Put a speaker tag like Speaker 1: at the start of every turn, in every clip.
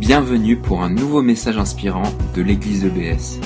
Speaker 1: Bienvenue pour un nouveau message inspirant de l'église EBS.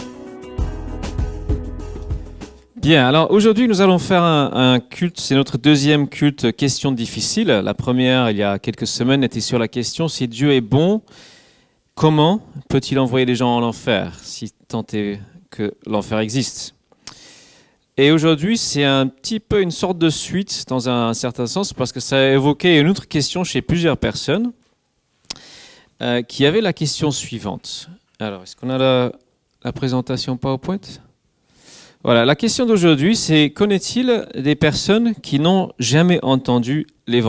Speaker 2: Bien, alors aujourd'hui nous allons faire un culte, c'est notre deuxième culte question difficile. La première, il y a quelques semaines, était sur la question si Dieu est bon, comment peut-il envoyer les gens en enfer, si tant est que l'enfer existe. Et aujourd'hui, c'est un petit peu une sorte de suite dans un certain sens parce que ça a évoqué une autre question chez plusieurs personnes qui avaient la question suivante. Alors, est-ce qu'on a la présentation PowerPoint ? Voilà, la question d'aujourd'hui, c'est connaît-il des personnes qui n'ont jamais entendu l'Évangile ?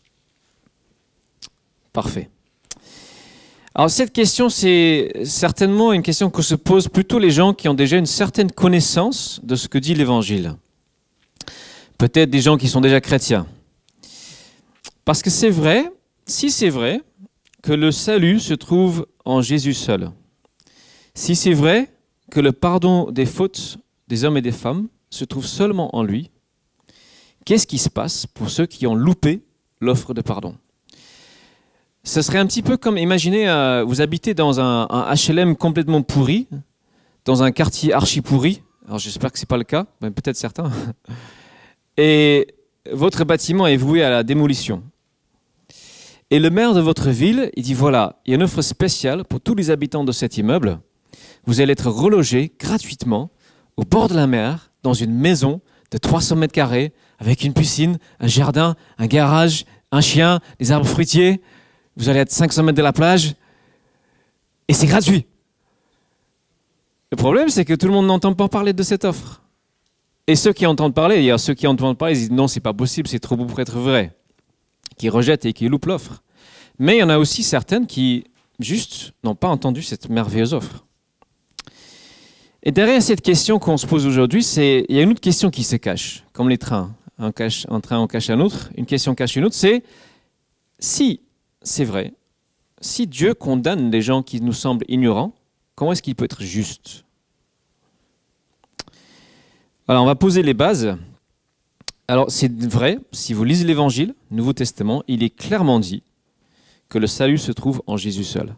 Speaker 2: Parfait. Alors cette question, c'est certainement une question que se posent plutôt les gens qui ont déjà une certaine connaissance de ce que dit l'Évangile. Peut-être des gens qui sont déjà chrétiens. Parce que c'est vrai, si c'est vrai, que le salut se trouve en Jésus seul. Si c'est vrai que le pardon des fautes des hommes et des femmes se trouve seulement en lui, qu'est-ce qui se passe pour ceux qui ont loupé l'offre de pardon ? Ce serait un petit peu comme, imaginez, vous habitez dans un HLM complètement pourri, dans un quartier archi pourri, alors j'espère que ce n'est pas le cas, mais peut-être certains, et votre bâtiment est voué à la démolition. Et le maire de votre ville, il dit voilà, il y a une offre spéciale pour tous les habitants de cet immeuble. Vous allez être relogés gratuitement au bord de la mer, dans une maison de 300 mètres carrés, avec une piscine, un jardin, un garage, un chien, des arbres fruitiers. Vous allez être 500 mètres de la plage et c'est gratuit. Le problème, c'est que tout le monde n'entend pas parler de cette offre. Et ceux qui entendent parler, il y a ceux qui entendent parler, ils disent non, c'est pas possible, c'est trop beau pour être vrai, qui rejettent et qui loupent l'offre. Mais il y en a aussi certaines qui, juste, n'ont pas entendu cette merveilleuse offre. Et derrière cette question qu'on se pose aujourd'hui, il y a une autre question qui se cache, comme les trains. Un train en cache un autre, une question cache une autre, c'est si c'est vrai, si Dieu condamne les gens qui nous semblent ignorants, comment est-ce qu'il peut être juste ? Alors on va poser les bases. Alors c'est vrai, si vous lisez l'Évangile, Nouveau Testament, il est clairement dit que le salut se trouve en Jésus seul.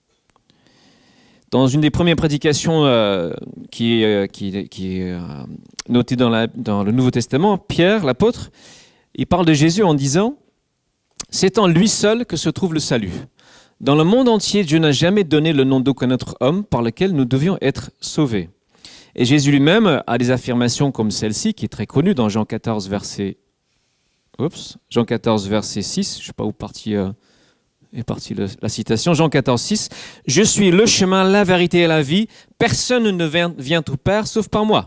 Speaker 2: Dans une des premières prédications qui est notée dans le Nouveau Testament, Pierre, l'apôtre, il parle de Jésus en disant « C'est en lui seul que se trouve le salut. Dans le monde entier, Dieu n'a jamais donné le nom d'aucun autre homme par lequel nous devions être sauvés. » Et Jésus lui-même a des affirmations comme celle-ci, qui est très connue dans Jean 14, verset 6. Je ne sais pas où est partie la citation. Jean 14, 6. « Je suis le chemin, la vérité et la vie. Personne ne vient au Père sauf par moi. »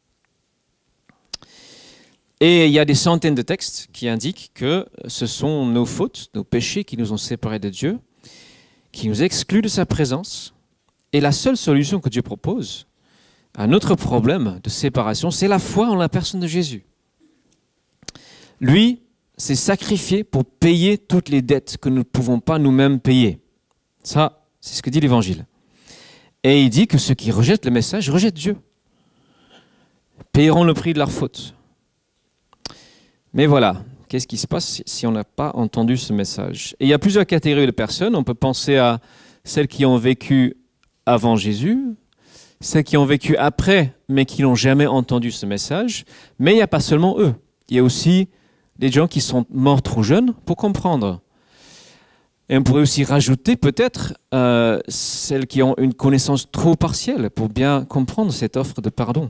Speaker 2: Et il y a des centaines de textes qui indiquent que ce sont nos fautes, nos péchés qui nous ont séparés de Dieu, qui nous excluent de sa présence. Et la seule solution que Dieu propose à notre problème de séparation, c'est la foi en la personne de Jésus. Lui s'est sacrifié pour payer toutes les dettes que nous ne pouvons pas nous-mêmes payer. Ça, c'est ce que dit l'Évangile. Et il dit que ceux qui rejettent le message rejettent Dieu. Paieront le prix de leur faute. Mais voilà, qu'est-ce qui se passe si on n'a pas entendu ce message ? Et il y a plusieurs catégories de personnes. On peut penser à celles qui ont vécu avant Jésus, celles qui ont vécu après, mais qui n'ont jamais entendu ce message. Mais il n'y a pas seulement eux. Il y a aussi des gens qui sont morts trop jeunes pour comprendre. Et on pourrait aussi rajouter peut-être celles qui ont une connaissance trop partielle pour bien comprendre cette offre de pardon.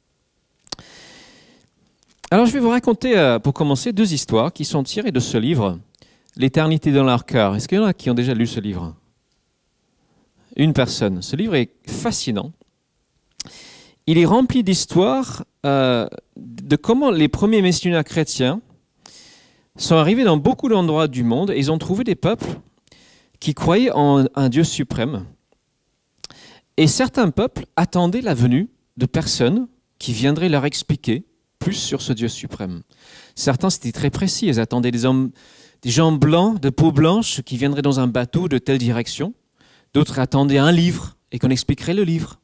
Speaker 2: Alors je vais vous raconter, pour commencer, 2 histoires qui sont tirées de ce livre, « L'éternité dans leur cœur ». Est-ce qu'il y en a qui ont déjà lu ce livre ? Une personne. Ce livre est fascinant. Il est rempli d'histoires de comment les premiers missionnaires chrétiens sont arrivés dans beaucoup d'endroits du monde et ils ont trouvé des peuples qui croyaient en un Dieu suprême. Et certains peuples attendaient la venue de personnes qui viendraient leur expliquer plus sur ce Dieu suprême. Certains, c'était très précis. Ils attendaient des gens blancs, de peau blanche, qui viendraient dans un bateau de telle direction. D'autres attendaient un livre et qu'on expliquerait le livre.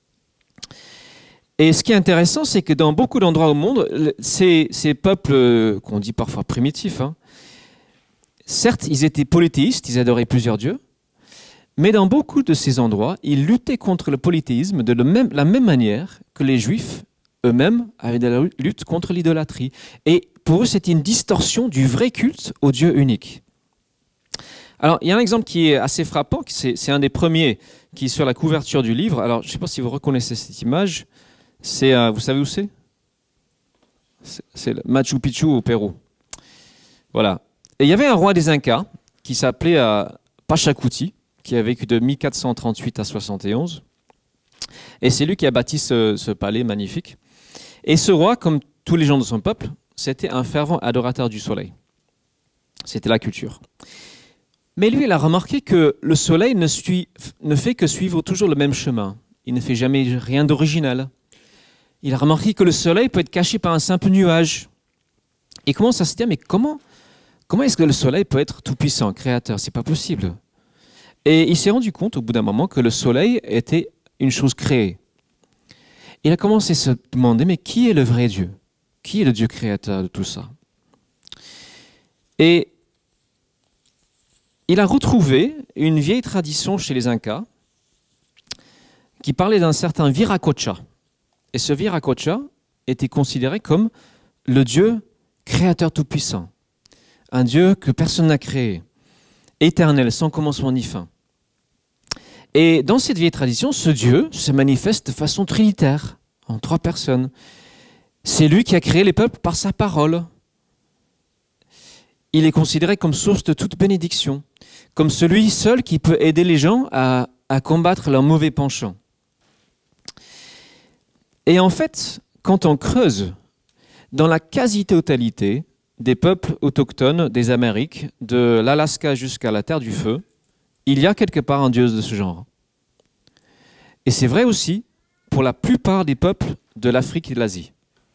Speaker 2: Et ce qui est intéressant, c'est que dans beaucoup d'endroits au monde, ces peuples qu'on dit parfois primitifs, certes, ils étaient polythéistes, ils adoraient plusieurs dieux, Mais dans beaucoup de ces endroits, ils luttaient contre le polythéisme de la même manière que les Juifs eux-mêmes avaient de la lutte contre l'idolâtrie. Et pour eux, c'était une distorsion du vrai culte au Dieu unique. Alors, il y a un exemple qui est assez frappant, c'est un des premiers qui est sur la couverture du livre. Alors, je ne sais pas si vous reconnaissez cette image. Vous savez où c'est? C'est le Machu Picchu au Pérou. Voilà. Et il y avait un roi des Incas qui s'appelait Pachacuti, qui a vécu de 1438 à 71. Et c'est lui qui a bâti ce palais magnifique. Et ce roi, comme tous les gens de son peuple, c'était un fervent adorateur du soleil. C'était la culture. Mais lui, il a remarqué que le soleil ne fait que suivre toujours le même chemin. Il ne fait jamais rien d'original. Il a remarqué que le soleil peut être caché par un simple nuage. Il commence à se dire, mais comment est-ce que le soleil peut être tout-puissant, créateur? C'est pas possible. Et il s'est rendu compte au bout d'un moment que le soleil était une chose créée. Il a commencé à se demander, mais qui est le vrai Dieu? Qui est le Dieu créateur de tout ça? Et il a retrouvé une vieille tradition chez les Incas qui parlait d'un certain Viracocha. Et ce Viracocha était considéré comme le Dieu créateur tout-puissant. Un Dieu que personne n'a créé, éternel, sans commencement ni fin. Et dans cette vieille tradition, ce Dieu se manifeste de façon trinitaire, en 3 personnes. C'est lui qui a créé les peuples par sa parole. Il est considéré comme source de toute bénédiction, comme celui seul qui peut aider les gens à combattre leurs mauvais penchants. Et en fait, quand on creuse, dans la quasi-totalité des peuples autochtones des Amériques, de l'Alaska jusqu'à la Terre du Feu, il y a quelque part un Dieu de ce genre. Et c'est vrai aussi pour la plupart des peuples de l'Afrique et de l'Asie.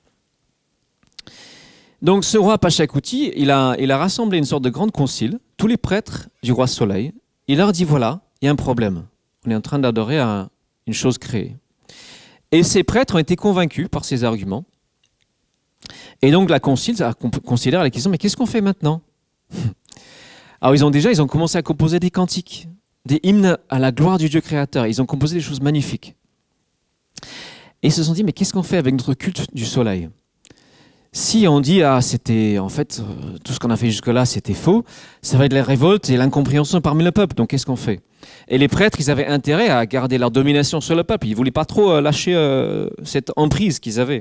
Speaker 2: Donc ce roi Pachacuti, il a rassemblé une sorte de grande concile, tous les prêtres du roi Soleil. Il leur dit, voilà, il y a un problème. On est en train d'adorer une chose créée. Et ces prêtres ont été convaincus par ces arguments. Et donc la concile a considéré la question, mais qu'est-ce qu'on fait maintenant? Alors ils ont commencé à composer des cantiques, des hymnes à la gloire du Dieu créateur. Ils ont composé des choses magnifiques. Et ils se sont dit, mais qu'est-ce qu'on fait avec notre culte du soleil? Si on dit, c'était en fait, tout ce qu'on a fait jusque-là, c'était faux, ça va être la révolte et l'incompréhension parmi le peuple. Donc qu'est-ce qu'on fait? Et les prêtres, ils avaient intérêt à garder leur domination sur le peuple. Ils ne voulaient pas trop lâcher cette emprise qu'ils avaient.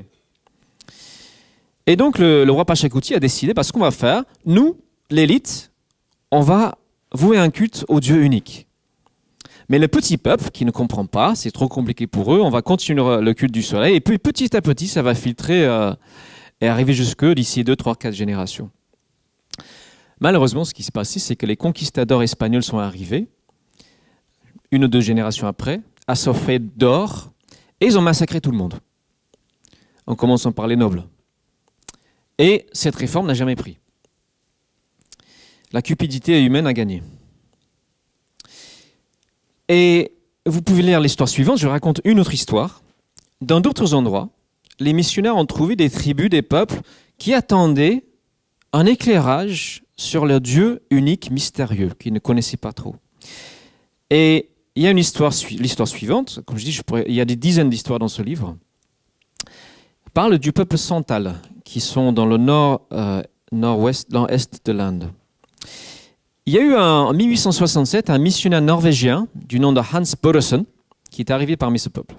Speaker 2: Et donc le roi Pachacuti a décidé, ce qu'on va faire, nous, l'élite, on va vouer un culte au Dieu unique. Mais le petit peuple qui ne comprend pas, c'est trop compliqué pour eux, on va continuer le culte du soleil. Et puis petit à petit, ça va filtrer et arriver jusque d'ici 2, 3, 4 générations. Malheureusement, ce qui s'est passé, c'est que les conquistadors espagnols sont arrivés, 1 ou 2 générations après, assoiffés d'or, et ils ont massacré tout le monde, en commençant par les nobles. Et cette réforme n'a jamais pris. La cupidité humaine a gagné. Et vous pouvez lire l'histoire suivante, je raconte une autre histoire. Dans d'autres endroits, les missionnaires ont trouvé des tribus, des peuples qui attendaient un éclairage sur leur Dieu unique, mystérieux, qu'ils ne connaissaient pas trop. Et il y a l'histoire suivante, comme je dis, il y a des dizaines d'histoires dans ce livre, parle du peuple santal, qui sont dans le nord-ouest, dans l'est de l'Inde. Il y a eu en 1867 un missionnaire norvégien du nom de Hans Børresen qui est arrivé parmi ce peuple.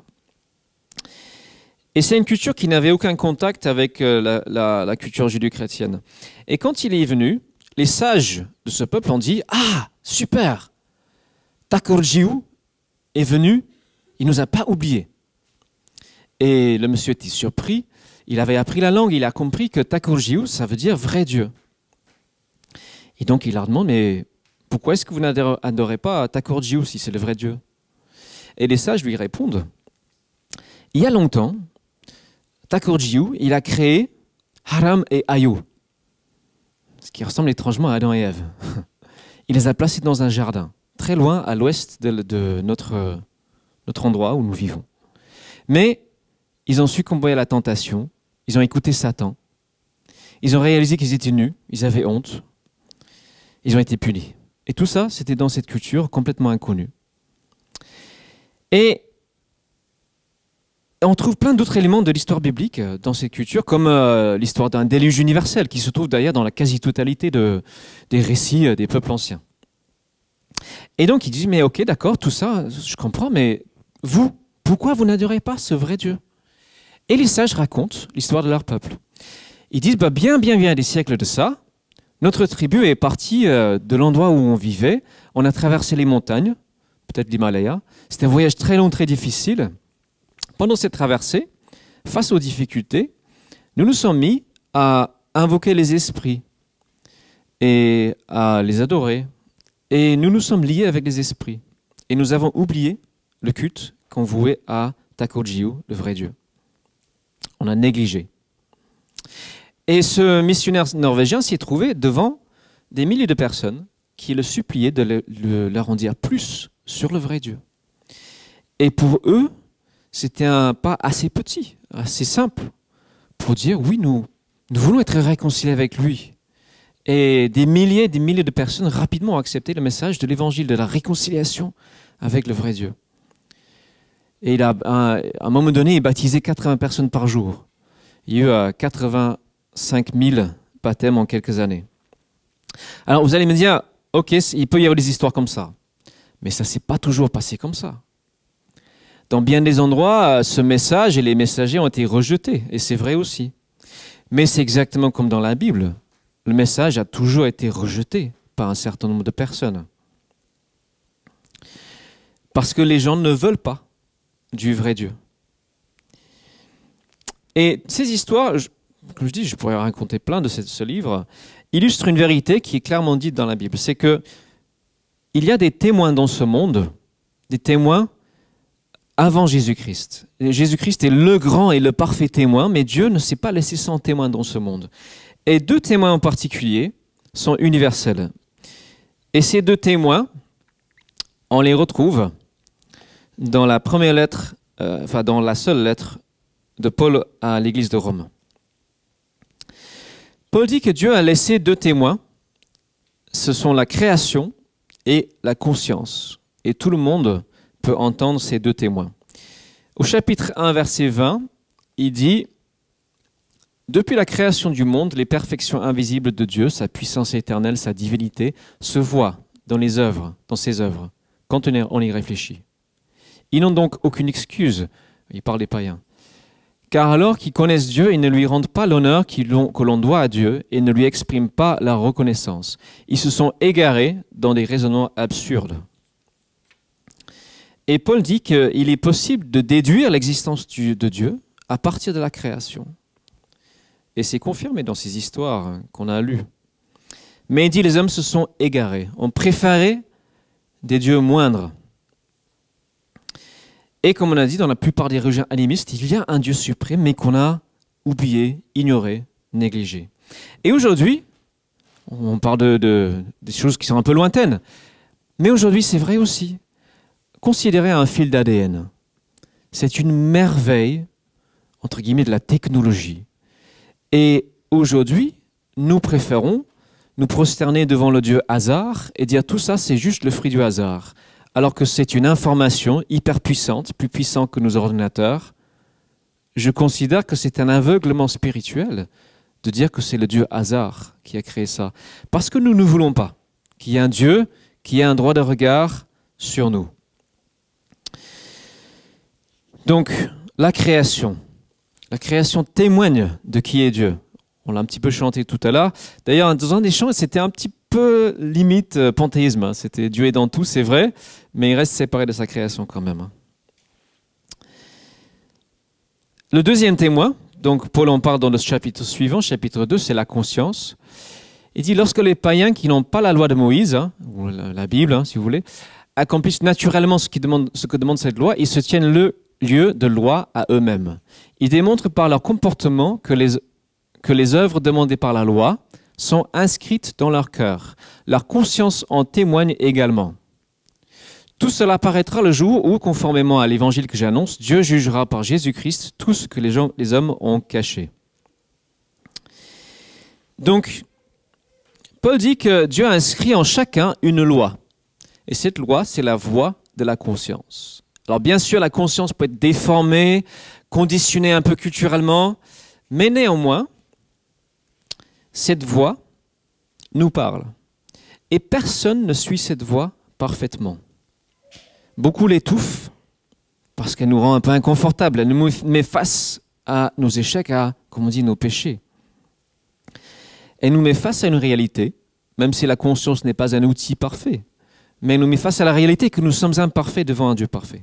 Speaker 2: Et c'est une culture qui n'avait aucun contact avec la culture judéo-chrétienne. Et quand il est venu, les sages de ce peuple ont dit « Ah, super! Takurjiu est venu, il ne nous a pas oubliés. » Et le monsieur était surpris, il avait appris la langue, il a compris que Takurjiu, ça veut dire « vrai Dieu ». Et donc il leur demande « Mais pourquoi est-ce que vous n'adorez pas Takurjiu si c'est le vrai Dieu ?» Et les sages lui répondent « Il y a longtemps, Takurjiu, il a créé Haram et Ayu, ce qui ressemble étrangement à Adam et Ève. Il les a placés dans un jardin, très loin à l'ouest de notre endroit où nous vivons. Mais ils ont succombé à la tentation, ils ont écouté Satan, ils ont réalisé qu'ils étaient nus, ils avaient honte, ils ont été punis. Et tout ça, c'était dans cette culture complètement inconnue. Et on trouve plein d'autres éléments de l'histoire biblique dans cette culture, comme l'histoire d'un déluge universel qui se trouve d'ailleurs dans la quasi-totalité des récits des peuples anciens. Et donc il dit, mais ok, d'accord, tout ça, je comprends, mais vous, pourquoi vous n'adorez pas ce vrai Dieu? Et les sages racontent l'histoire de leur peuple. Ils disent, bien des siècles de ça, notre tribu est partie de l'endroit où on vivait, on a traversé les montagnes, peut-être l'Himalaya, c'était un voyage très long, très difficile. Pendant cette traversée, face aux difficultés, nous nous sommes mis à invoquer les esprits et à les adorer. Et nous nous sommes liés avec les esprits. Et nous avons oublié le culte qu'on vouait à Takojiu, le vrai Dieu. On a négligé. Et ce missionnaire norvégien s'y est trouvé devant des milliers de personnes qui le suppliaient de leur en dire plus sur le vrai Dieu. Et pour eux, c'était un pas assez petit, assez simple, pour dire oui, nous voulons être réconciliés avec lui. Et des milliers de personnes rapidement ont accepté le message de l'évangile, de la réconciliation avec le vrai Dieu. Et à un moment donné, il baptisait 80 personnes par jour. Il y a eu 85 000 baptêmes en quelques années. Alors vous allez me dire, ok, il peut y avoir des histoires comme ça. Mais ça ne s'est pas toujours passé comme ça. Dans bien des endroits, ce message et les messagers ont été rejetés. Et c'est vrai aussi. Mais c'est exactement comme dans la Bible. Le message a toujours été rejeté par un certain nombre de personnes. Parce que les gens ne veulent pas du vrai Dieu. Et ces histoires, comme je dis, je pourrais raconter plein de ce livre, illustrent une vérité qui est clairement dite dans la Bible. C'est que il y a des témoins dans ce monde, des témoins avant Jésus-Christ. Jésus-Christ est le grand et le parfait témoin, mais Dieu ne s'est pas laissé sans témoin dans ce monde. Et deux témoins en particulier sont universels. Et ces deux témoins, on les retrouve dans la première lettre, dans la seule lettre de Paul à l'église de Rome. Paul dit que Dieu a laissé deux témoins. Ce sont la création et la conscience. Et tout le monde peut entendre ces deux témoins. Au chapitre 1, verset 20, il dit « Depuis la création du monde, les perfections invisibles de Dieu, sa puissance éternelle, sa divinité, se voient dans les œuvres, dans ses œuvres, quand on y réfléchit. Ils n'ont donc aucune excuse. » Il parle des païens. « Car alors qu'ils connaissent Dieu, ils ne lui rendent pas l'honneur que l'on doit à Dieu et ne lui expriment pas leur reconnaissance. Ils se sont égarés dans des raisonnements absurdes. » Et Paul dit qu'il est possible de déduire l'existence de Dieu à partir de la création. Et c'est confirmé dans ces histoires qu'on a lues. Mais il dit les hommes se sont égarés, ont préféré des dieux moindres. Et comme on a dit dans la plupart des religions animistes, il y a un Dieu suprême, mais qu'on a oublié, ignoré, négligé. Et aujourd'hui, on parle des choses qui sont un peu lointaines, mais aujourd'hui c'est vrai aussi. Considérez un fil d'ADN. C'est une merveille, entre guillemets, de la technologie. Et aujourd'hui, nous préférons nous prosterner devant le Dieu hasard et dire tout ça, c'est juste le fruit du hasard. Alors que c'est une information hyper puissante, plus puissante que nos ordinateurs. Je considère que c'est un aveuglement spirituel de dire que c'est le Dieu hasard qui a créé ça. Parce que nous ne voulons pas qu'il y ait un Dieu qui ait un droit de regard sur nous. Donc, la création témoigne de qui est Dieu. On l'a un petit peu chanté tout à l'heure. D'ailleurs, dans un des chants, c'était un petit peu limite panthéisme. C'était Dieu est dans tout, c'est vrai, mais il reste séparé de sa création quand même. Le deuxième témoin, donc Paul en parle dans le chapitre suivant, chapitre 2, c'est la conscience. Il dit, lorsque les païens qui n'ont pas la loi de Moïse, ou la Bible, si vous voulez, accomplissent naturellement ce que demande cette loi, ils se tiennent le lieu de loi à eux-mêmes. Ils démontrent par leur comportement que les œuvres demandées par la loi sont inscrites dans leur cœur. Leur conscience en témoigne également. Tout cela paraîtra le jour où, conformément à l'évangile que j'annonce, Dieu jugera par Jésus-Christ tout ce que les hommes ont caché. Donc, Paul dit que Dieu a inscrit en chacun une loi. Et cette loi, c'est la voix de la conscience. Alors bien sûr, la conscience peut être déformée, conditionnée un peu culturellement, mais néanmoins, cette voix nous parle. Et personne ne suit cette voix parfaitement. Beaucoup l'étouffent parce qu'elle nous rend un peu inconfortables. Elle nous met face à nos échecs, à, comme on dit, nos péchés. Elle nous met face à une réalité, même si la conscience n'est pas un outil parfait, mais elle nous met face à la réalité que nous sommes imparfaits devant un Dieu parfait.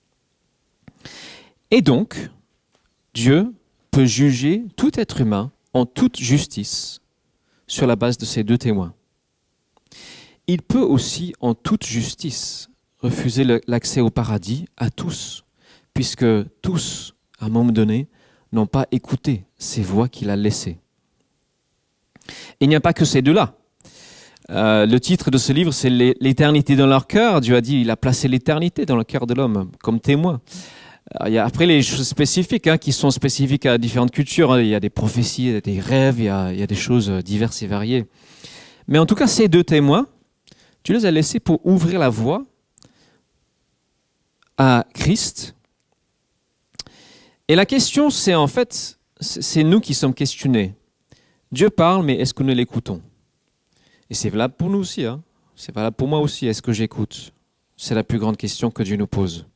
Speaker 2: Et donc, Dieu peut juger tout être humain en toute justice sur la base de ces deux témoins. Il peut aussi, en toute justice, refuser l'accès au paradis à tous, puisque tous, à un moment donné, n'ont pas écouté ces voix qu'il a laissées. Il n'y a pas que ces deux-là. Le titre de ce livre, c'est l'éternité dans leur cœur. Dieu a dit, il a placé l'éternité dans le cœur de l'homme comme témoin. Il y a après les choses spécifiques qui sont spécifiques à différentes cultures. Il y a des prophéties, il y a des rêves, il y a des choses diverses et variées. Mais en tout cas, ces deux témoins, Dieu les a laissés pour ouvrir la voie à Christ. Et la question, c'est en fait, c'est nous qui sommes questionnés. Dieu parle, mais est-ce que nous l'écoutons? Et c'est valable pour nous aussi. C'est valable pour moi aussi. Est-ce que j'écoute? C'est la plus grande question que Dieu nous pose.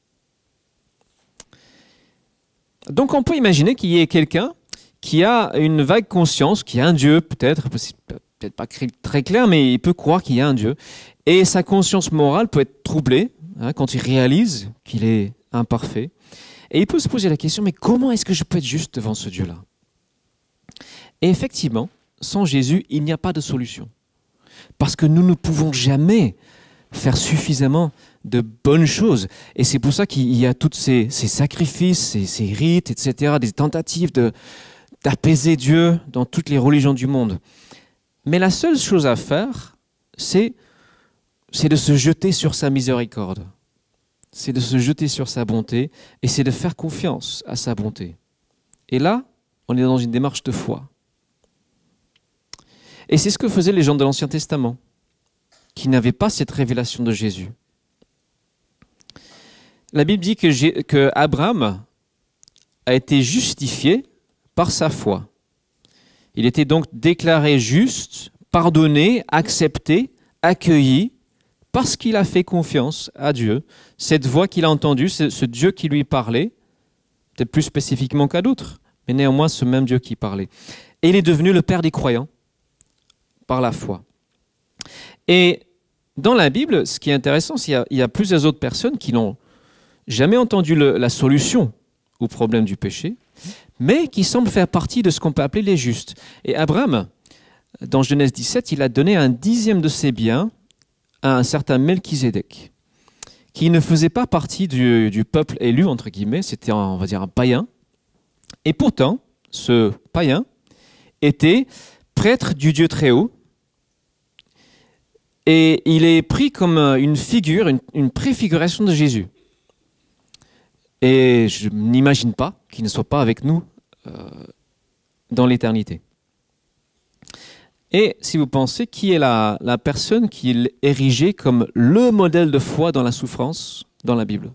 Speaker 2: Donc on peut imaginer qu'il y ait quelqu'un qui a une vague conscience, qui a un Dieu, peut-être pas très clair, mais il peut croire qu'il y a un Dieu. Et sa conscience morale peut être troublée quand il réalise qu'il est imparfait. Et il peut se poser la question, mais comment est-ce que je peux être juste devant ce Dieu-là? Et effectivement, sans Jésus, il n'y a pas de solution. Parce que nous ne pouvons jamais faire suffisamment de bonnes choses. Et c'est pour ça qu'il y a tous ces sacrifices, ces rites, etc., des tentatives d'apaiser Dieu dans toutes les religions du monde. Mais la seule chose à faire, c'est de se jeter sur sa miséricorde. C'est de se jeter sur sa bonté et c'est de faire confiance à sa bonté. Et là, on est dans une démarche de foi. Et c'est ce que faisaient les gens de l'Ancien Testament, qui n'avaient pas cette révélation de Jésus. La Bible dit que Abraham a été justifié par sa foi. Il était donc déclaré juste, pardonné, accepté, accueilli, parce qu'il a fait confiance à Dieu. Cette voix qu'il a entendue, ce Dieu qui lui parlait, peut-être plus spécifiquement qu'à d'autres, mais néanmoins ce même Dieu qui parlait. Et il est devenu le Père des croyants par la foi. Et dans la Bible, ce qui est intéressant, c'est qu'il y a plusieurs autres personnes qui n'ont jamais entendu la solution au problème du péché, mais qui semblent faire partie de ce qu'on peut appeler les justes. Et Abraham, dans Genèse 17, il a donné un dixième de ses biens à un certain Melchizedek, qui ne faisait pas partie du peuple élu, entre guillemets, c'était, on va dire, un païen. Et pourtant, ce païen était prêtre du Dieu Très-Haut, et il est pris comme une figure, une préfiguration de Jésus. Et je n'imagine pas qu'il ne soit pas avec nous dans l'éternité. Et si vous pensez, qui est la personne qui est érigée comme le modèle de foi dans la souffrance dans la Bible?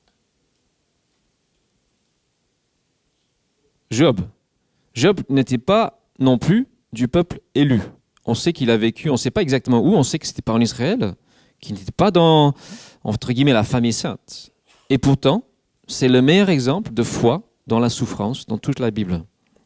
Speaker 2: Job. Job n'était pas non plus du peuple élu. On sait qu'il a vécu, on ne sait pas exactement où, on sait que c'était pas en Israël, qu'il n'était pas dans, entre guillemets, la famille sainte. Et pourtant, c'est le meilleur exemple de foi dans la souffrance, dans toute la Bible.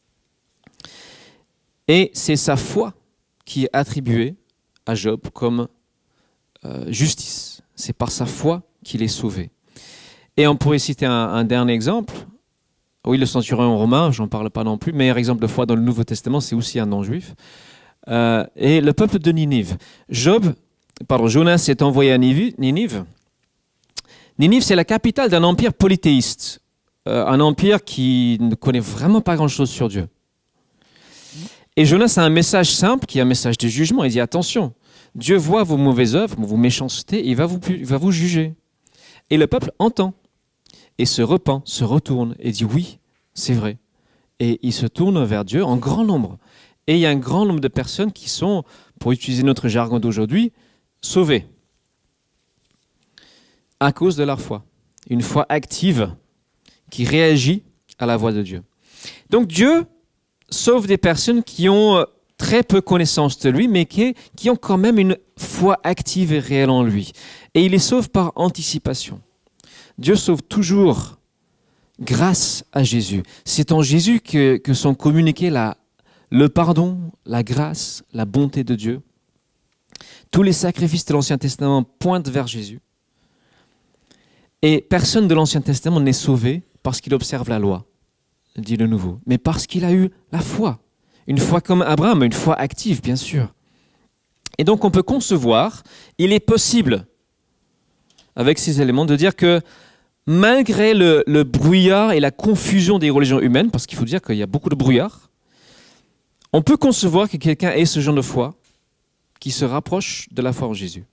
Speaker 2: Et c'est sa foi qui est attribuée à Job comme justice. C'est par sa foi qu'il est sauvé. Et on pourrait citer un dernier exemple. Oui, le centurion romain, j'en parle pas non plus. Meilleur exemple de foi dans le Nouveau Testament, c'est aussi un non-juif. Et le peuple de Ninive. Jonas est envoyé à Ninive. Ninive, c'est la capitale d'un empire polythéiste. Un empire qui ne connaît vraiment pas grand-chose sur Dieu. Et Jonas a un message simple, qui est un message de jugement. Il dit, attention, Dieu voit vos mauvaises œuvres, vos méchancetés, et il va vous juger. Et le peuple entend, et se repent, se retourne, et dit, oui, c'est vrai. Et il se tourne vers Dieu en grand nombre. Et il y a un grand nombre de personnes qui sont, pour utiliser notre jargon d'aujourd'hui, sauvées à cause de leur foi. une foi active qui réagit à la voix de Dieu. Donc Dieu sauve des personnes qui ont très peu connaissance de lui, mais qui ont quand même une foi active et réelle en lui. Et il les sauve par anticipation. Dieu sauve toujours grâce à Jésus. C'est en Jésus que sont communiqués le pardon, la grâce, la bonté de Dieu. Tous les sacrifices de l'Ancien Testament pointent vers Jésus. Et personne de l'Ancien Testament n'est sauvé parce qu'il observe la loi, dit le Nouveau, mais parce qu'il a eu la foi. Une foi comme Abraham, une foi active, bien sûr. Et donc on peut concevoir, il est possible, avec ces éléments, de dire que malgré le brouillard et la confusion des religions humaines, parce qu'il faut dire qu'il y a beaucoup de brouillard, on peut concevoir que quelqu'un ait ce genre de foi qui se rapproche de la foi en Jésus.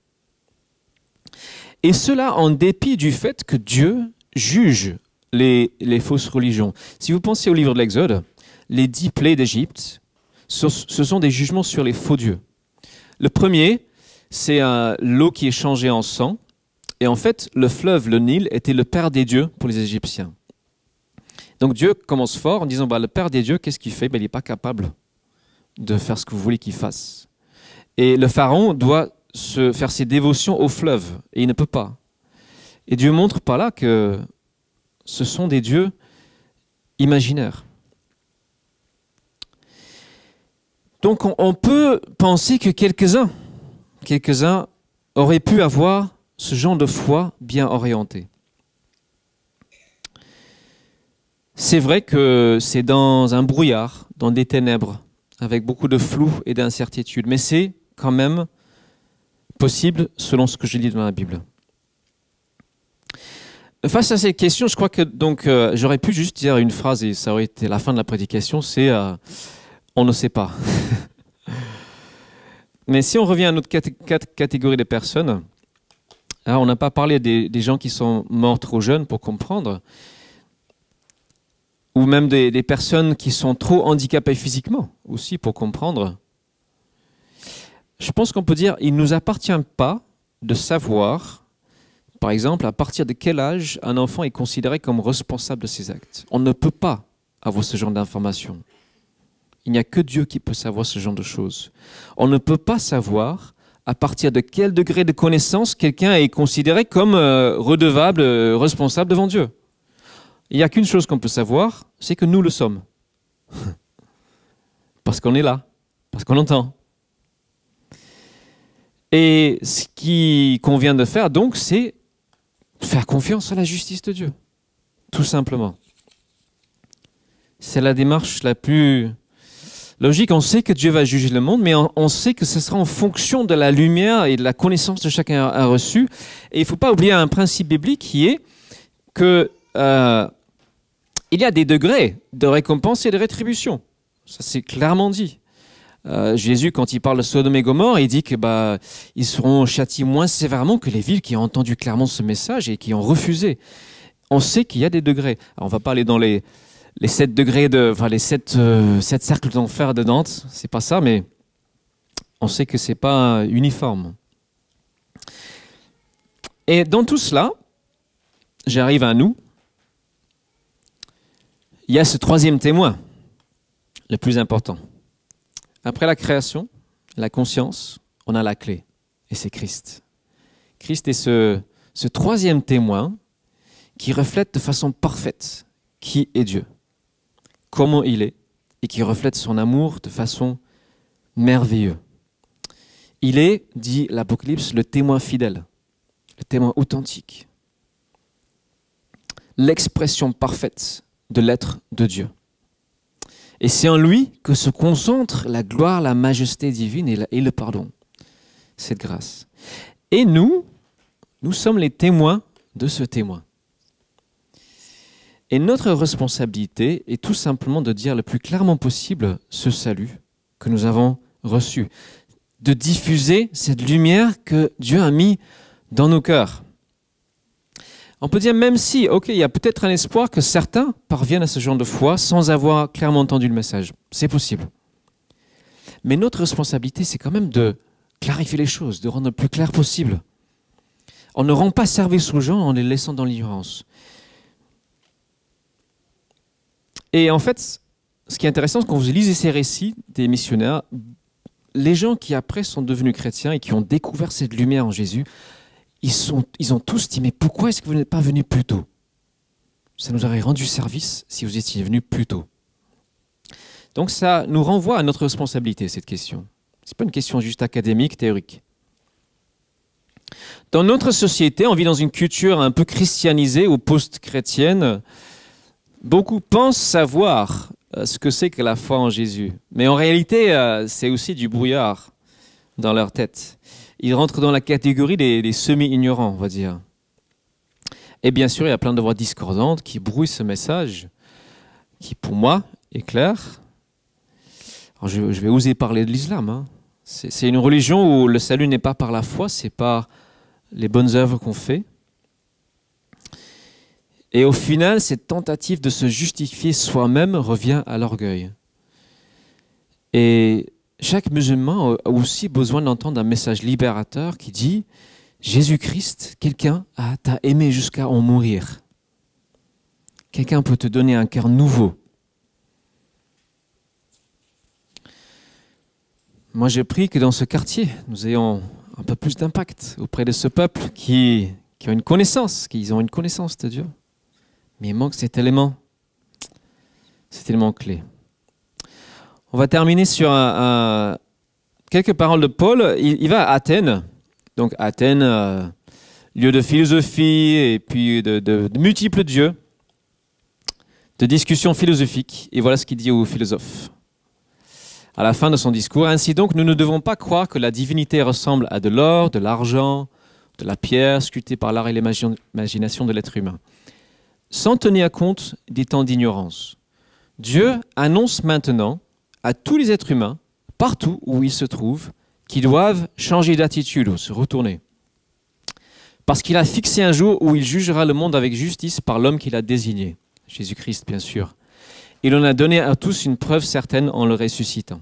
Speaker 2: Et cela en dépit du fait que Dieu juge les fausses religions. Si vous pensez au livre de l'Exode, les 10 plaies d'Égypte, ce sont des jugements sur les faux dieux. Le premier, c'est l'eau qui est changée en sang. Et en fait, le fleuve, le Nil, était le père des dieux pour les Égyptiens. Donc Dieu commence fort en disant, le père des dieux, qu'est-ce qu'il fait? Il n'est pas capable de faire ce que vous voulez qu'il fasse. Et le pharaon doit faire ses dévotions au fleuve, et il ne peut pas. Et Dieu montre par là que ce sont des dieux imaginaires. Donc on peut penser que quelques-uns auraient pu avoir ce genre de foi bien orientée. C'est vrai que c'est dans un brouillard, dans des ténèbres, avec beaucoup de flou et d'incertitude, mais c'est quand même possible selon ce que je lis dans la Bible. Face à cette question, je crois que j'aurais pu juste dire une phrase et ça aurait été la fin de la prédication, c'est on ne sait pas. Mais si on revient à notre catégorie de personnes, on n'a pas parlé des gens qui sont morts trop jeunes pour comprendre, ou même des personnes qui sont trop handicapées physiquement aussi pour comprendre. Je pense qu'on peut dire qu'il ne nous appartient pas de savoir, par exemple, à partir de quel âge un enfant est considéré comme responsable de ses actes. On ne peut pas avoir ce genre d'informations. Il n'y a que Dieu qui peut savoir ce genre de choses. On ne peut pas savoir à partir de quel degré de connaissance quelqu'un est considéré comme redevable, responsable devant Dieu. Il n'y a qu'une chose qu'on peut savoir, c'est que nous le sommes. Parce qu'on est là, parce qu'on entend. Et ce qui convient de faire, donc, c'est faire confiance à la justice de Dieu. Tout simplement. C'est la démarche la plus logique. On sait que Dieu va juger le monde, mais on sait que ce sera en fonction de la lumière et de la connaissance que chacun a reçue. Et il ne faut pas oublier un principe biblique qui est que il y a des degrés de récompense et de rétribution. Ça, c'est clairement dit. Jésus, quand il parle de Sodome et Gomorrhe, il dit que ils seront châtiés moins sévèrement que les villes qui ont entendu clairement ce message et qui ont refusé. On sait qu'il y a des degrés. Alors, on va pas aller dans les 7 degrés les 7 cercles d'enfer de Dante, c'est pas ça, mais on sait que c'est pas uniforme. Et dans tout cela, j'arrive à nous. Il y a ce troisième témoin, le plus important. Après la création, la conscience, on a la clé, et c'est Christ. Christ est ce troisième témoin qui reflète de façon parfaite qui est Dieu, comment il est, et qui reflète son amour de façon merveilleuse. Il est, dit l'Apocalypse, le témoin fidèle, le témoin authentique, l'expression parfaite de l'être de Dieu. Et c'est en lui que se concentre la gloire, la majesté divine et le pardon, cette grâce. Et nous sommes les témoins de ce témoin. Et notre responsabilité est tout simplement de dire le plus clairement possible ce salut que nous avons reçu, de diffuser cette lumière que Dieu a mis dans nos cœurs. On peut dire même si, il y a peut-être un espoir que certains parviennent à ce genre de foi sans avoir clairement entendu le message. C'est possible. Mais notre responsabilité, c'est quand même de clarifier les choses, de rendre le plus clair possible. On ne rend pas service aux gens en les laissant dans l'ignorance. Et en fait, ce qui est intéressant, c'est quand vous lisez ces récits des missionnaires, les gens qui après sont devenus chrétiens et qui ont découvert cette lumière en Jésus, ils ont tous dit, mais pourquoi est-ce que vous n'êtes pas venus plus tôt? Ça nous aurait rendu service si vous étiez venus plus tôt. Donc ça nous renvoie à notre responsabilité, cette question. Ce n'est pas une question juste académique, théorique. Dans notre société, on vit dans une culture un peu christianisée ou post-chrétienne. Beaucoup pensent savoir ce que c'est que la foi en Jésus. Mais en réalité, c'est aussi du brouillard dans leur tête. Ils rentrent dans la catégorie des semi-ignorants, on va dire. Et bien sûr, il y a plein de voix discordantes qui brouillent ce message, qui pour moi est clair. Alors, je vais oser parler de l'islam. Hein. C'est une religion où le salut n'est pas par la foi, c'est par les bonnes œuvres qu'on fait. Et au final, cette tentative de se justifier soi-même revient à l'orgueil. Et chaque musulman a aussi besoin d'entendre un message libérateur qui dit « Jésus-Christ, quelqu'un t'a aimé jusqu'à en mourir. Quelqu'un peut te donner un cœur nouveau. » Moi, j'ai pris que dans ce quartier, nous ayons un peu plus d'impact auprès de ce peuple qui ont une connaissance, de Dieu. Mais il manque cet élément clé. On va terminer sur quelques paroles de Paul. Il va à Athènes. Donc Athènes, lieu de philosophie et puis de multiples dieux, de discussions philosophiques. Et voilà ce qu'il dit aux philosophes. À la fin de son discours, ainsi donc, nous ne devons pas croire que la divinité ressemble à de l'or, de l'argent, de la pierre, sculptée par l'art et l'imagination de l'être humain, sans tenir compte des temps d'ignorance. Dieu annonce maintenant à tous les êtres humains, partout où ils se trouvent, qu'ils doivent changer d'attitude ou se retourner. Parce qu'il a fixé un jour où il jugera le monde avec justice par l'homme qu'il a désigné, Jésus-Christ bien sûr. Il en a donné à tous une preuve certaine en le ressuscitant.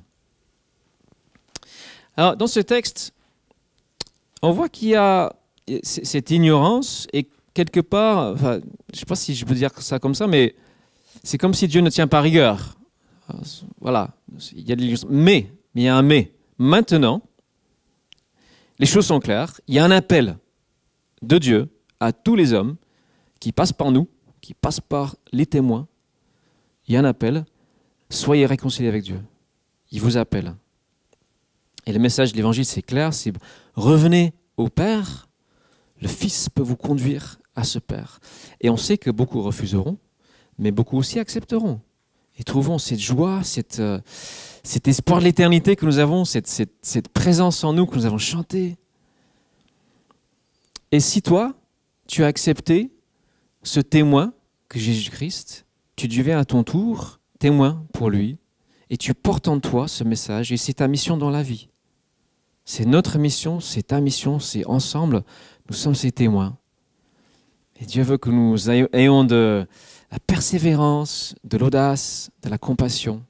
Speaker 2: Alors, dans ce texte, on voit qu'il y a cette ignorance et quelque part, enfin, je ne sais pas si je peux dire ça comme ça, mais c'est comme si Dieu ne tient pas rigueur. Voilà, il y a de l'ignorance. Mais, il y a un mais. Maintenant, les choses sont claires. Il y a un appel de Dieu à tous les hommes qui passent par nous, qui passent par les témoins. Il y a un appel, soyez réconciliés avec Dieu. Il vous appelle. Et le message de l'Évangile, c'est clair, c'est revenez au Père, le Fils peut vous conduire à ce Père. Et on sait que beaucoup refuseront, mais beaucoup aussi accepteront. Et trouveront cette joie, cet espoir de l'éternité que nous avons, cette présence en nous que nous avons chantée. Et si toi, tu as accepté ce témoin que Jésus-Christ, tu deviens à ton tour témoin pour lui et tu portes en toi ce message et c'est ta mission dans la vie. C'est notre mission, c'est ta mission, c'est ensemble, nous sommes ses témoins. Et Dieu veut que nous ayons de la persévérance, de l'audace, de la compassion.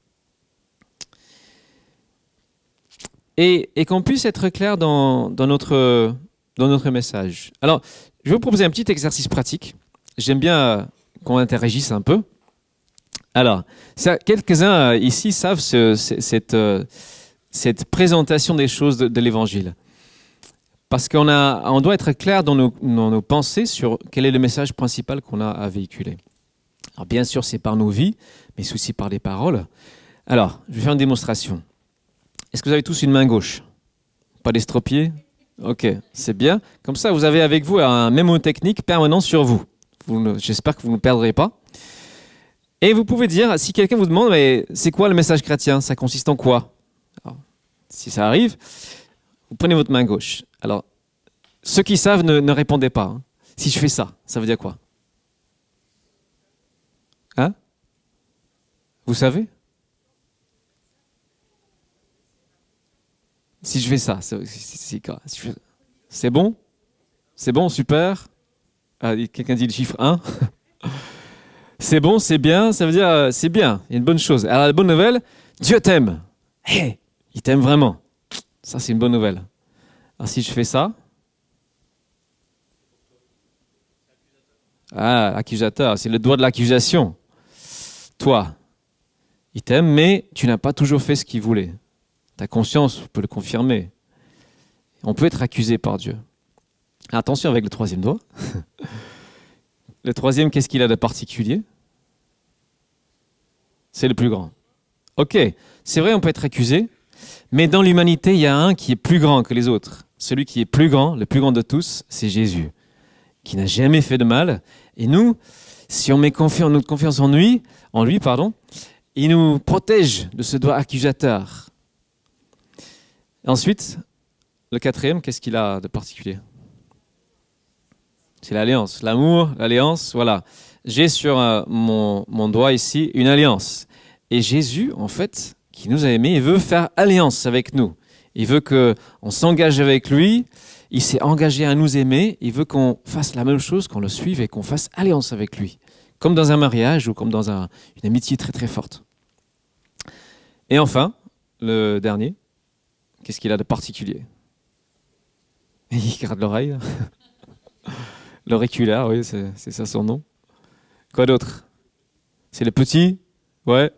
Speaker 2: Et qu'on puisse être clair dans notre message. Alors, je vais vous proposer un petit exercice pratique. J'aime bien qu'on interagisse un peu. Alors, quelques-uns ici savent cette présentation des choses de l'Évangile. Parce qu'on doit être clair dans nos pensées sur quel est le message principal qu'on a à véhiculer. Alors, bien sûr, c'est par nos vies, mais c'est aussi par les paroles. Alors, je vais faire une démonstration. Est-ce que vous avez tous une main gauche? Pas d'estropié? Ok, c'est bien. Comme ça, vous avez avec vous un mémotechnique permanent sur vous. J'espère que vous ne perdrez pas. Et vous pouvez dire, si quelqu'un vous demande, mais c'est quoi le message chrétien? Ça consiste en quoi? Alors, si ça arrive, vous prenez votre main gauche. Alors, ceux qui savent ne répondez pas. Hein. Si je fais ça, ça veut dire quoi? Hein? Vous savez? Si je fais ça, c'est bon? C'est bon, super. Quelqu'un dit le chiffre 1. C'est bon, c'est bien, ça veut dire c'est bien, il y a une bonne chose. Alors la bonne nouvelle, Dieu t'aime. Hey, il t'aime vraiment. Ça, c'est une bonne nouvelle. Alors si je fais ça, Ah, accusateur, c'est le doigt de l'accusation. Toi, il t'aime, mais tu n'as pas toujours fait ce qu'il voulait. Ta conscience peut le confirmer. On peut être accusé par Dieu. Attention avec le troisième doigt. Le troisième, qu'est-ce qu'il a de particulier? C'est le plus grand. Ok, c'est vrai, on peut être accusé, mais dans l'humanité, il y a un qui est plus grand que les autres. Celui qui est plus grand, le plus grand de tous, c'est Jésus, qui n'a jamais fait de mal. Et nous, si on met notre confiance en lui, il nous protège de ce doigt accusateur. Ensuite, le quatrième, qu'est-ce qu'il a de particulier? C'est l'alliance, l'amour, l'alliance, voilà. J'ai sur mon doigt ici une alliance. Et Jésus, en fait, qui nous a aimés, il veut faire alliance avec nous. Il veut qu'on s'engage avec lui. Il s'est engagé à nous aimer. Il veut qu'on fasse la même chose, qu'on le suive et qu'on fasse alliance avec lui. Comme dans un mariage ou comme dans une amitié très très forte. Et enfin, le dernier, qu'est-ce qu'il a de particulier? Il garde l'oreille. L'auriculaire, oui, c'est ça son nom. Quoi d'autre? C'est le petit? Ouais.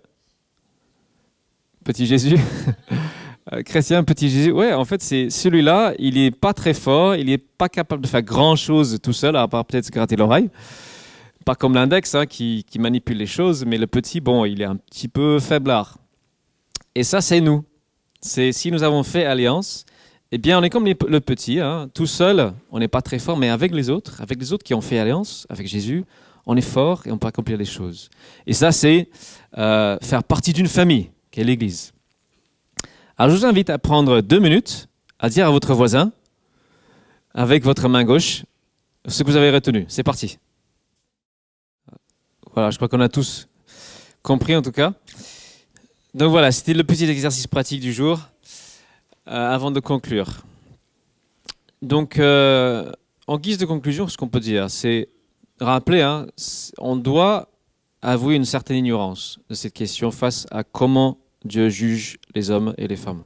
Speaker 2: Petit Jésus. Chrétien, petit Jésus. Ouais, en fait, c'est celui-là, il n'est pas très fort, il n'est pas capable de faire grand-chose tout seul, à part peut-être se gratter l'oreille. Pas comme l'index qui manipule les choses, mais le petit, bon, il est un petit peu faiblard. Et ça, c'est nous. C'est si nous avons fait alliance, eh bien, on est comme le petit, hein, tout seul, on n'est pas très fort, mais avec les autres qui ont fait alliance, avec Jésus, on est fort et on peut accomplir les choses. Et ça, c'est faire partie d'une famille, qui est l'Église. Alors, je vous invite à prendre 2 minutes, à dire à votre voisin, avec votre main gauche, ce que vous avez retenu. C'est parti. Voilà, je crois qu'on a tous compris en tout cas. Donc voilà, c'était le petit exercice pratique du jour. Avant de conclure. Donc, en guise de conclusion, ce qu'on peut dire, c'est rappeler, on doit avouer une certaine ignorance de cette question face à comment Dieu juge les hommes et les femmes.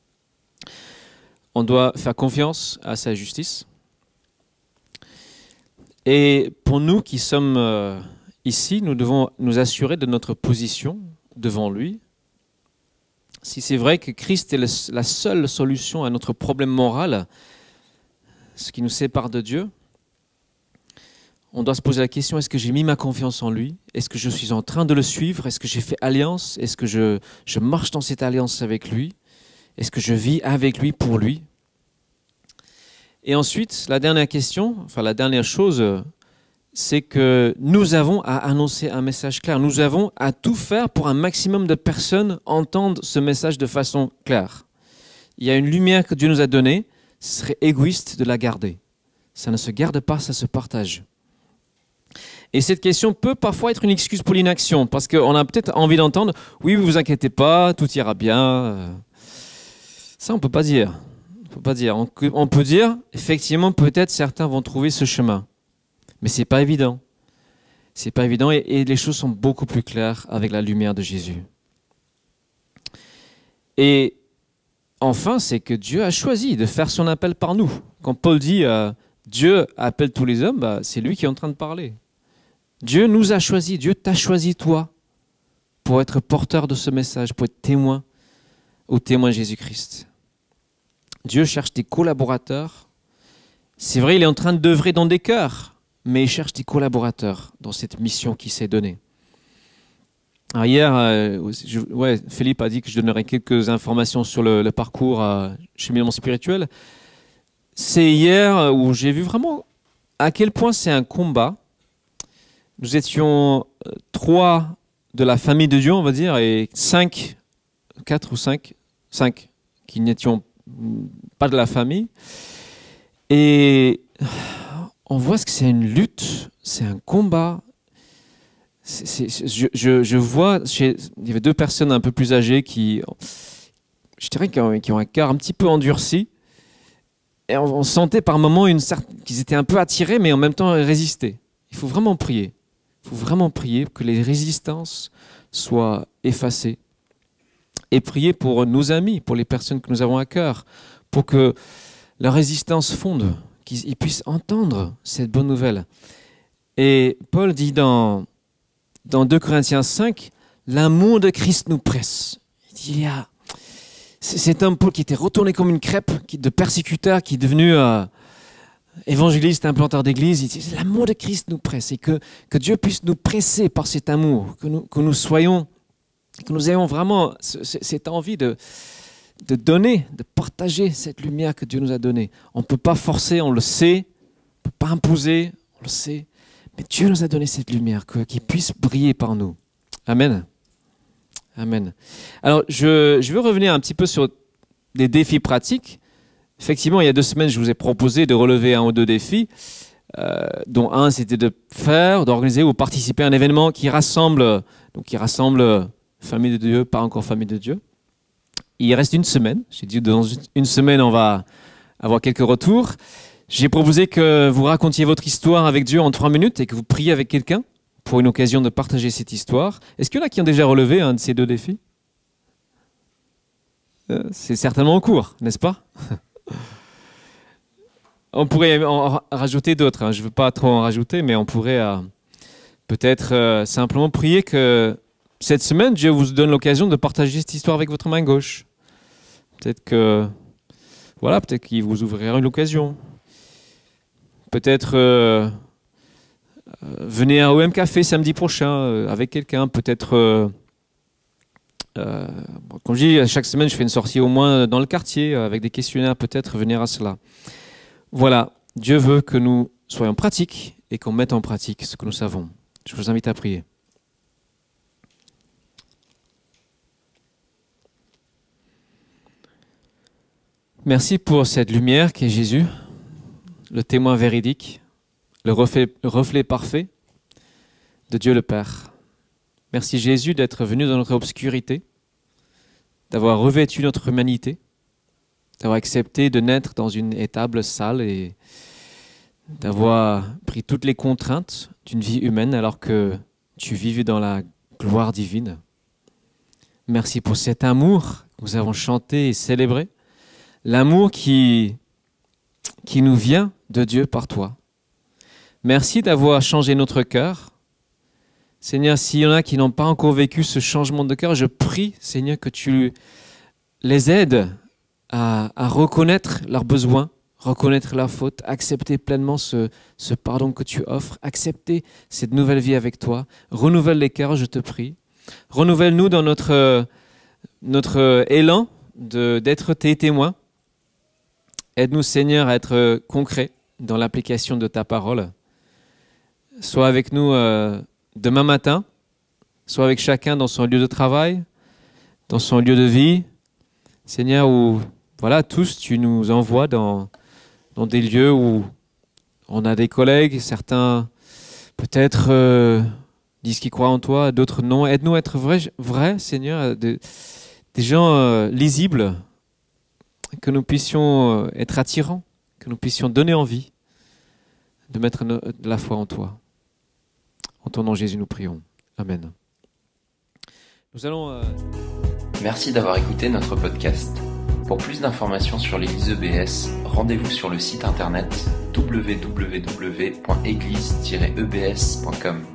Speaker 2: On doit faire confiance à sa justice. Et pour nous qui sommes ici, nous devons nous assurer de notre position devant lui. Si c'est vrai que Christ est la seule solution à notre problème moral, ce qui nous sépare de Dieu, on doit se poser la question, est-ce que j'ai mis ma confiance en lui? Est-ce que je suis en train de le suivre? Est-ce que j'ai fait alliance? Est-ce que je marche dans cette alliance avec lui? Est-ce que je vis avec lui, pour lui? Et ensuite, la dernière chose, c'est que nous avons à annoncer un message clair. Nous avons à tout faire pour un maximum de personnes entendent ce message de façon claire. Il y a une lumière que Dieu nous a donnée, ce serait égoïste de la garder. Ça ne se garde pas, ça se partage. Et cette question peut parfois être une excuse pour l'inaction, parce qu'on a peut-être envie d'entendre « Oui, ne vous inquiétez pas, tout ira bien ». Ça, on ne peut pas dire. On peut dire, effectivement, peut-être certains vont trouver ce chemin. Mais ce n'est pas évident. C'est pas évident et les choses sont beaucoup plus claires avec la lumière de Jésus. Et enfin, c'est que Dieu a choisi de faire son appel par nous. Quand Paul dit Dieu appelle tous les hommes, c'est lui qui est en train de parler. Dieu nous a choisis, Dieu t'a choisi toi pour être porteur de ce message, pour être témoin de Jésus-Christ. Dieu cherche des collaborateurs. C'est vrai, il est en train d'œuvrer dans des cœurs, mais il cherche des collaborateurs dans cette mission qui s'est donnée. Alors hier, Philippe a dit que je donnerais quelques informations sur le parcours cheminement spirituel. C'est hier où j'ai vu vraiment à quel point c'est un combat. Nous étions 3 de la famille de Dieu, on va dire, et 4 ou 5 qui n'étions pas de la famille. Et on voit ce que c'est une lutte, c'est un combat. Je vois, il y avait 2 personnes un peu plus âgées qui ont un cœur un petit peu endurci. Et on sentait par moments qu'ils étaient un peu attirés, mais en même temps résister. Il faut vraiment prier. Il faut vraiment prier que les résistances soient effacées. Et prier pour nos amis, pour les personnes que nous avons à cœur, pour que la résistance fonde, qu'ils puissent entendre cette bonne nouvelle. Et Paul dit dans 2 Corinthiens 5, l'amour de Christ nous presse. Il dit, cet homme Paul qui était retourné comme une crêpe, de persécuteur, qui est devenu évangéliste, implanteur d'église, il dit, l'amour de Christ nous presse et que Dieu puisse nous presser par cet amour, que nous ayons vraiment cette envie de donner, de partager cette lumière que Dieu nous a donnée. On ne peut pas forcer, on le sait, on ne peut pas imposer, on le sait, mais Dieu nous a donné cette lumière, qu'il puisse briller par nous. Amen. Amen. Alors, je veux revenir un petit peu sur des défis pratiques. Effectivement, il y a 2 semaines, je vous ai proposé de relever 1 ou 2 défis, dont un, c'était d'organiser ou participer à un événement qui rassemble famille de Dieu, pas encore famille de Dieu. Il reste 1 semaine. J'ai dit dans 1 semaine, on va avoir quelques retours. J'ai proposé que vous racontiez votre histoire avec Dieu en 3 minutes et que vous priez avec quelqu'un pour une occasion de partager cette histoire. Est-ce qu'il y en a qui ont déjà relevé un de ces 2 défis ? C'est certainement en cours, n'est-ce pas ? On pourrait en rajouter d'autres. Je ne veux pas trop en rajouter, mais on pourrait peut-être simplement prier que cette semaine, Dieu vous donne l'occasion de partager cette histoire avec votre main gauche. Peut-être qu'il vous ouvrira une occasion. Peut-être venez à OM Café samedi prochain avec quelqu'un. Peut-être, comme je dis, chaque semaine, je fais une sortie au moins dans le quartier avec des questionnaires. Peut-être venir à cela. Voilà, Dieu veut que nous soyons pratiques et qu'on mette en pratique ce que nous savons. Je vous invite à prier. Merci pour cette lumière qui est Jésus, le témoin véridique, le reflet parfait de Dieu le Père. Merci Jésus d'être venu dans notre obscurité, d'avoir revêtu notre humanité, d'avoir accepté de naître dans une étable sale et d'avoir pris toutes les contraintes d'une vie humaine alors que tu vivais dans la gloire divine. Merci pour cet amour que nous avons chanté et célébré. L'amour qui nous vient de Dieu par toi. Merci d'avoir changé notre cœur. Seigneur, s'il y en a qui n'ont pas encore vécu ce changement de cœur, je prie, Seigneur, que tu les aides à reconnaître leurs besoins, reconnaître leurs fautes, accepter pleinement ce pardon que tu offres, accepter cette nouvelle vie avec toi. Renouvelle les cœurs, je te prie. Renouvelle-nous dans notre élan d'être tes témoins. Aide-nous, Seigneur, à être concrets dans l'application de ta parole. Sois avec nous demain matin, sois avec chacun dans son lieu de travail, dans son lieu de vie. Seigneur, où tous, tu nous envoies dans des lieux où on a des collègues, certains peut-être disent qu'ils croient en toi, d'autres non. Aide-nous à être vrais, Seigneur, des gens lisibles, que nous puissions être attirants, que nous puissions donner envie de mettre de la foi en toi. En ton nom, Jésus, nous prions. Amen. Nous allons...
Speaker 1: Merci d'avoir écouté notre podcast. Pour plus d'informations sur l'Église EBS, rendez-vous sur le site internet www.église-ebs.com.